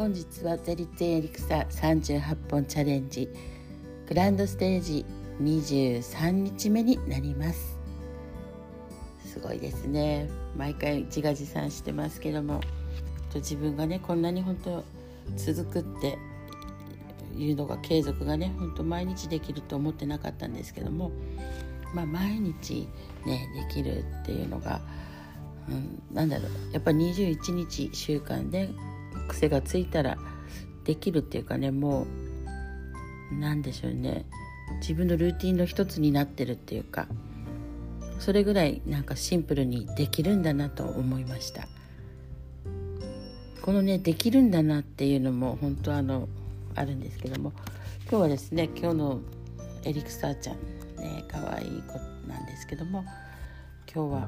本日はゼリツエリクサ38本チャレンジグランドステージ23日目になります。すごいですね。毎回自画自賛してますけども、自分がねこんなに本当続くっていうのが継続がね本当毎日できると思ってなかったんですけども、毎日ねできるっていうのが、やっぱり21日習慣で癖がついたらできるっていうかね、もうなんでしょうね、自分のルーティンの一つになってるっていうか、それぐらいなんかシンプルにできるんだなと思いました。このねできるんだなっていうのも本当あるんですけども、今日はですね、今日のエリクサーちゃんね可愛い子なんですけども、今日は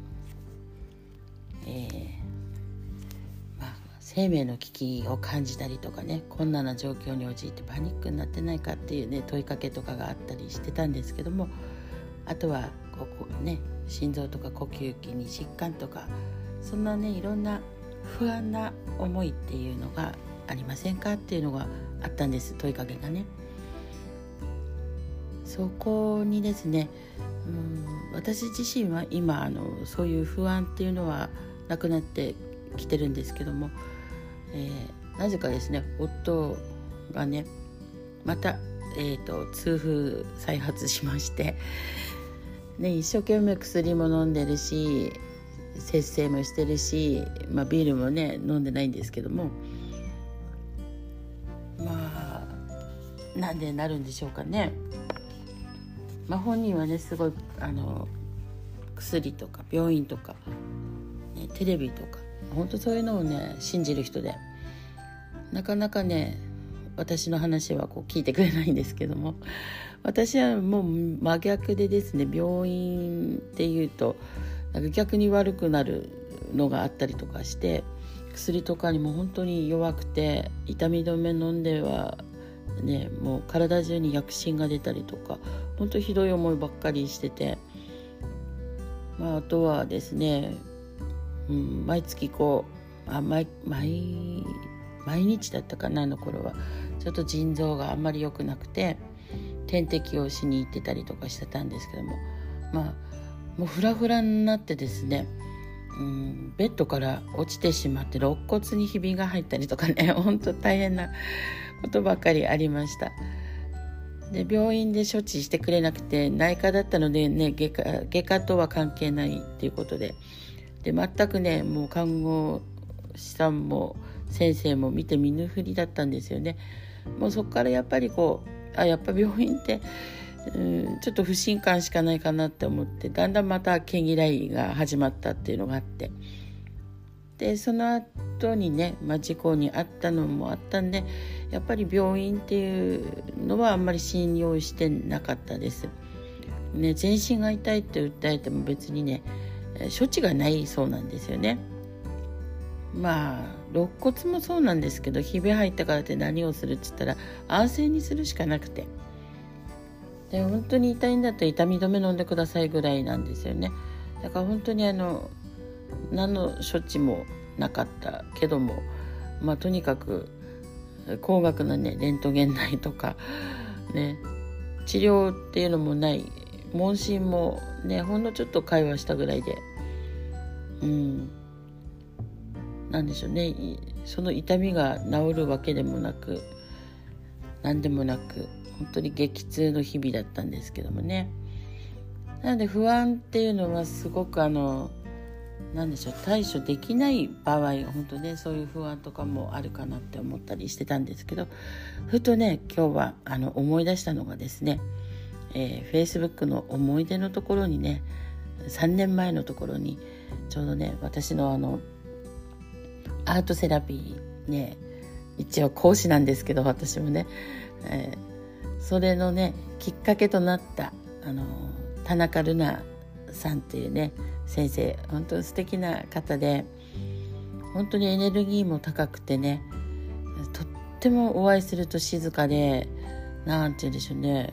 生命の危機を感じたりとかね、困難な状況に陥ってパニックになってないかっていうね問いかけとかがあったりしてたんですけども、あとは心臓とか呼吸器に疾患とか、そんなねいろんな不安な思いっていうのがありませんかっていうのがあったんです、問いかけがね。そこにですね、私自身は今そういう不安っていうのはなくなってきてるんですけども、なぜかですね夫がねまた、痛風再発しまして、一生懸命薬も飲んでるし節制もしてるし、ビールもね飲んでないんですけども、なんでなるんでしょうかね。本人はねすごい薬とか病院とか、テレビとか本当そういうのをね信じる人で、なかなかね私の話は聞いてくれないんですけども、私はもう真逆でですね、病院っていうと逆に悪くなるのがあったりとかして、薬とかにも本当に弱くて、痛み止め飲んではねもう体中に薬疹が出たりとか、本当ひどい思いばっかりしてて、あとはですね、毎月毎日だったかな、の頃はちょっと腎臓があんまり良くなくて点滴をしに行ってたりとかしてたんですけども、もうフラフラになってですね、ベッドから落ちてしまって肋骨にひびが入ったりとかね、本当大変なことばかりありました。で病院で処置してくれなくて、内科だったのでね外科とは関係ないっていうことで、全くねもう看護師さんも先生も見て見ぬふりだったんですよね。もうそこからやっぱりやっぱ病院ってちょっと不信感しかないかなって思って、だんだんまた毛嫌いが始まったっていうのがあって、でその後にね、事故に遭ったのもあったんで、やっぱり病院っていうのはあんまり信用してなかったですね。全身が痛いって訴えても別にね処置がないそうなんですよね。肋骨もそうなんですけど、ひび入ったからって何をするって言ったら安静にするしかなくて、で本当に痛いんだったら痛み止め飲んでくださいぐらいなんですよね。だから本当に何の処置もなかったけども、とにかく高額なねレントゲン代とかね、治療っていうのもない、問診もねほんのちょっと会話したぐらいで、なんでしょうね、その痛みが治るわけでもなく何でもなく、本当に激痛の日々だったんですけどもね。なので不安っていうのはすごくなんでしょう、対処できない場合、本当ねそういう不安とかもあるかなって思ったりしてたんですけど、ふとね今日は思い出したのがですね、Facebook の思い出のところにね、3年前のところにちょうどね私のアートセラピーね、一応講師なんですけど私もね、それのねきっかけとなった田中瑠奈さんっていうね先生、本当に素敵な方で、本当にエネルギーも高くてね、とってもお会いすると静かで、なんて言うんでしょうね、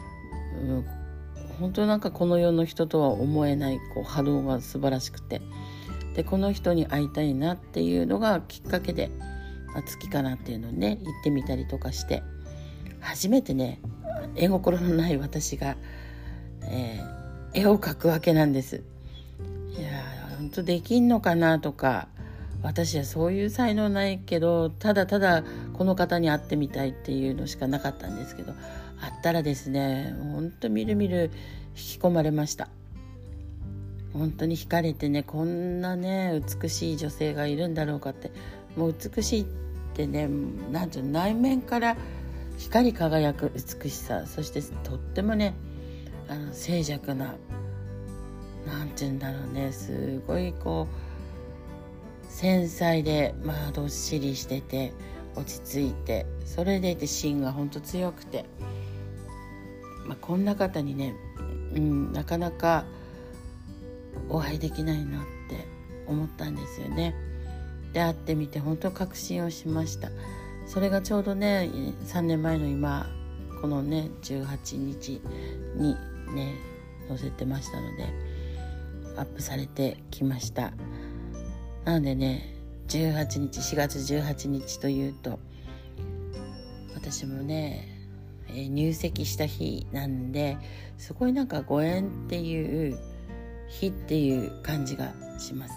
本当なんかこの世の人とは思えない波動が素晴らしくて、でこの人に会いたいなっていうのがきっかけで月かなっていうのをね行ってみたりとかして、初めてね絵心のない私が、絵を描くわけなんです。いや本当できんのかなとか、私はそういう才能ないけど、ただただこの方に会ってみたいっていうのしかなかったんですけど、会ったらですね、本当みるみる引き込まれました。本当に惹かれてね、こんなね美しい女性がいるんだろうかって、もう美しいってね、なんていうの、内面から光り輝く美しさ、そしてとってもね静寂な、なんていうんだろうね、すごいこう繊細で、どっしりしてて落ち着いて、それでいて芯が本当強くて、こんな方にね、なかなかお会いできないなって思ったんですよね。で、会ってみて本当確信をしました。それがちょうどね3年前の今このね18日にね載せてましたので、アップされてきました。なのでね、4月18日というと、私もね、入籍した日なんで、すごいなんかご縁っていう日っていう感じがします。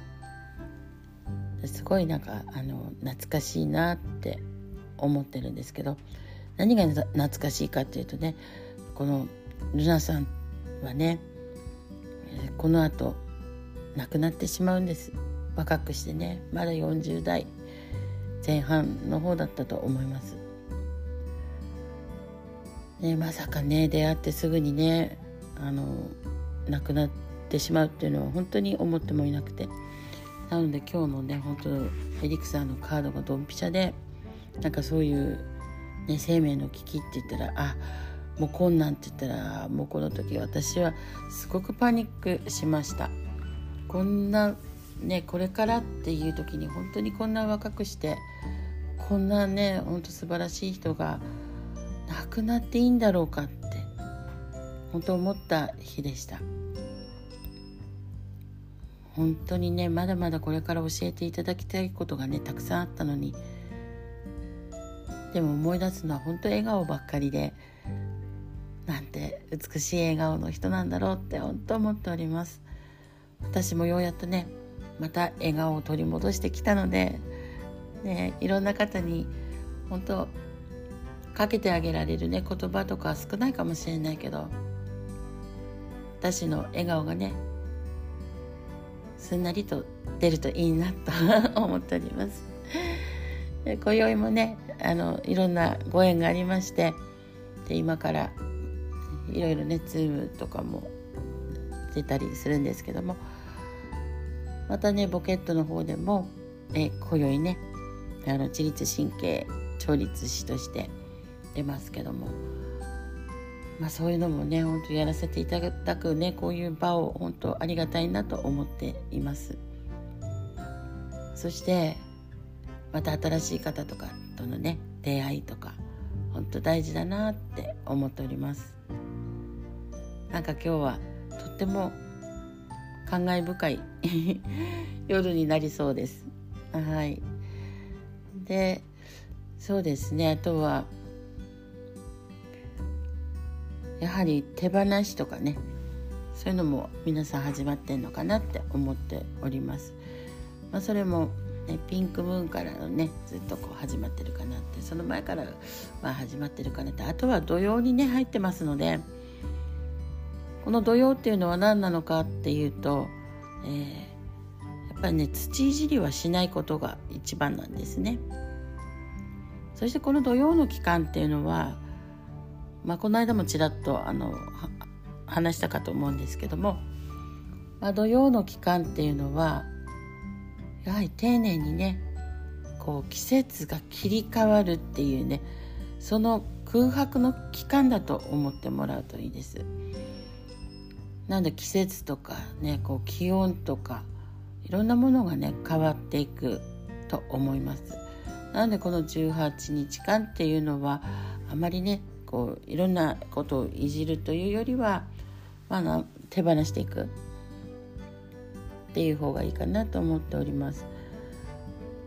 すごいなんか懐かしいなって思ってるんですけど、何が懐かしいかっていうとね、このルナさんはね、この後亡くなってしまうんです。若くしてね、まだ40代前半の方だったと思います、ね。まさかね出会ってすぐにね亡くなってしまうっていうのは本当に思ってもいなくて、なので今日のね本当エリクサーのカードがドンピシャで、なんかそういう、ね、生命の危機って言ったら、もう困難って言ったら、もうこの時私はすごくパニックしました。こんなねこれからっていう時に本当にこんな若くしてこんなね本当素晴らしい人が亡くなっていいんだろうかって本当思った日でした。本当にねまだまだこれから教えていただきたいことがねたくさんあったのに、でも思い出すのは本当笑顔ばっかりで、なんて美しい笑顔の人なんだろうって本当思っております。私もようやっとねまた笑顔を取り戻してきたので、ね、いろんな方に本当かけてあげられるね言葉とか少ないかもしれないけど、私の笑顔がねすんなりと出るといいなと思っております。今宵もねいろんなご縁がありまして、で今からいろいろねズームとかも出たりするんですけども、またねボケットの方でも今宵ね自律神経調律師として出ますけども、そういうのもね本当やらせていただくねこういう場を本当ありがたいなと思っています。そしてまた新しい方とかとのね出会いとか本当大事だなって思っております。なんか今日はとっても感慨深い夜になりそうです。はい。で、そうですね、あとはやはり手放しとかね、そういうのも皆さん始まってんのかなって思っております。それも、ね、ピンクムーンからのねずっとこう始まってるかなって、その前から始まってるかなって、あとは土曜にね入ってますので、この土曜っていうのは何なのかっていうと、やっぱりね土いじりはしないことが一番なんですね。そしてこの土曜の期間っていうのは、この間もちらっと話したかと思うんですけども、土曜の期間っていうのはやはり丁寧にねこう季節が切り替わるっていうね、その空白の期間だと思ってもらうといいです。なんで季節とかねこう気温とかいろんなものがね変わっていくと思います。なのでこの18日間っていうのはあまりねこういろんなことをいじるというよりは、手放していくっていう方がいいかなと思っております。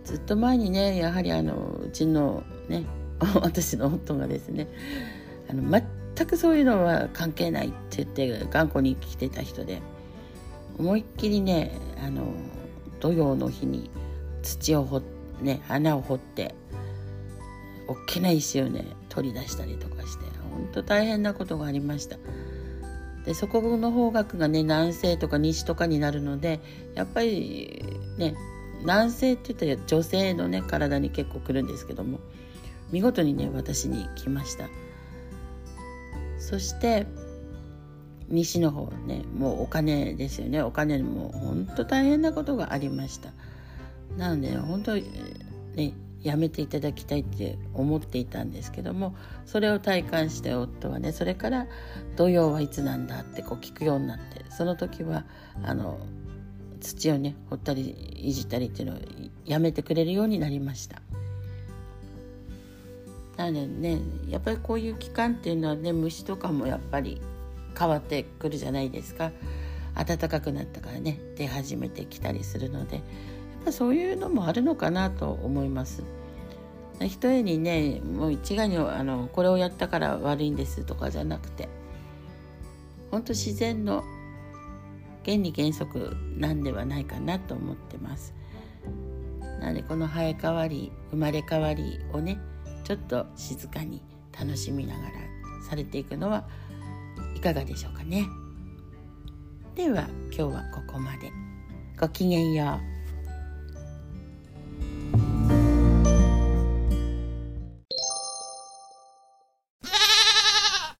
ずっと前にね、やはりうちのね私の夫がですね、全くそういうのは関係ないって言って頑固に生きてた人で、思いっきりね土曜の日に土を穴を掘って大きな石をね取り出したりとかして、本当大変なことがありました。でそこの方角がね南西とか西とかになるので、やっぱりね南西って言ったら女性のね体に結構来るんですけども、見事にね私に来ました。そして西の方ね、もうお金ですよね。お金も本当大変なことがありました。なので本当ねやめていただきたいって思っていたんですけども、それを体感して夫はね、それから土曜はいつなんだって聞くようになって、その時は土をね掘ったりいじったりっていうのをやめてくれるようになりました。なのでね、やっぱりこういう期間っていうのはね、虫とかもやっぱり変わってくるじゃないですか。暖かくなったからね出始めてきたりするので、やっぱそういうのもあるのかなと思います。ひとえにね、もう一概にこれをやったから悪いんですとかじゃなくて、本当自然の原理原則なんではないかなと思ってます。なのでこの生え変わり生まれ変わりをね、ちょっと静かに楽しみながらされていくのはいかがでしょうかね。では今日はここまで。ごきげんよう。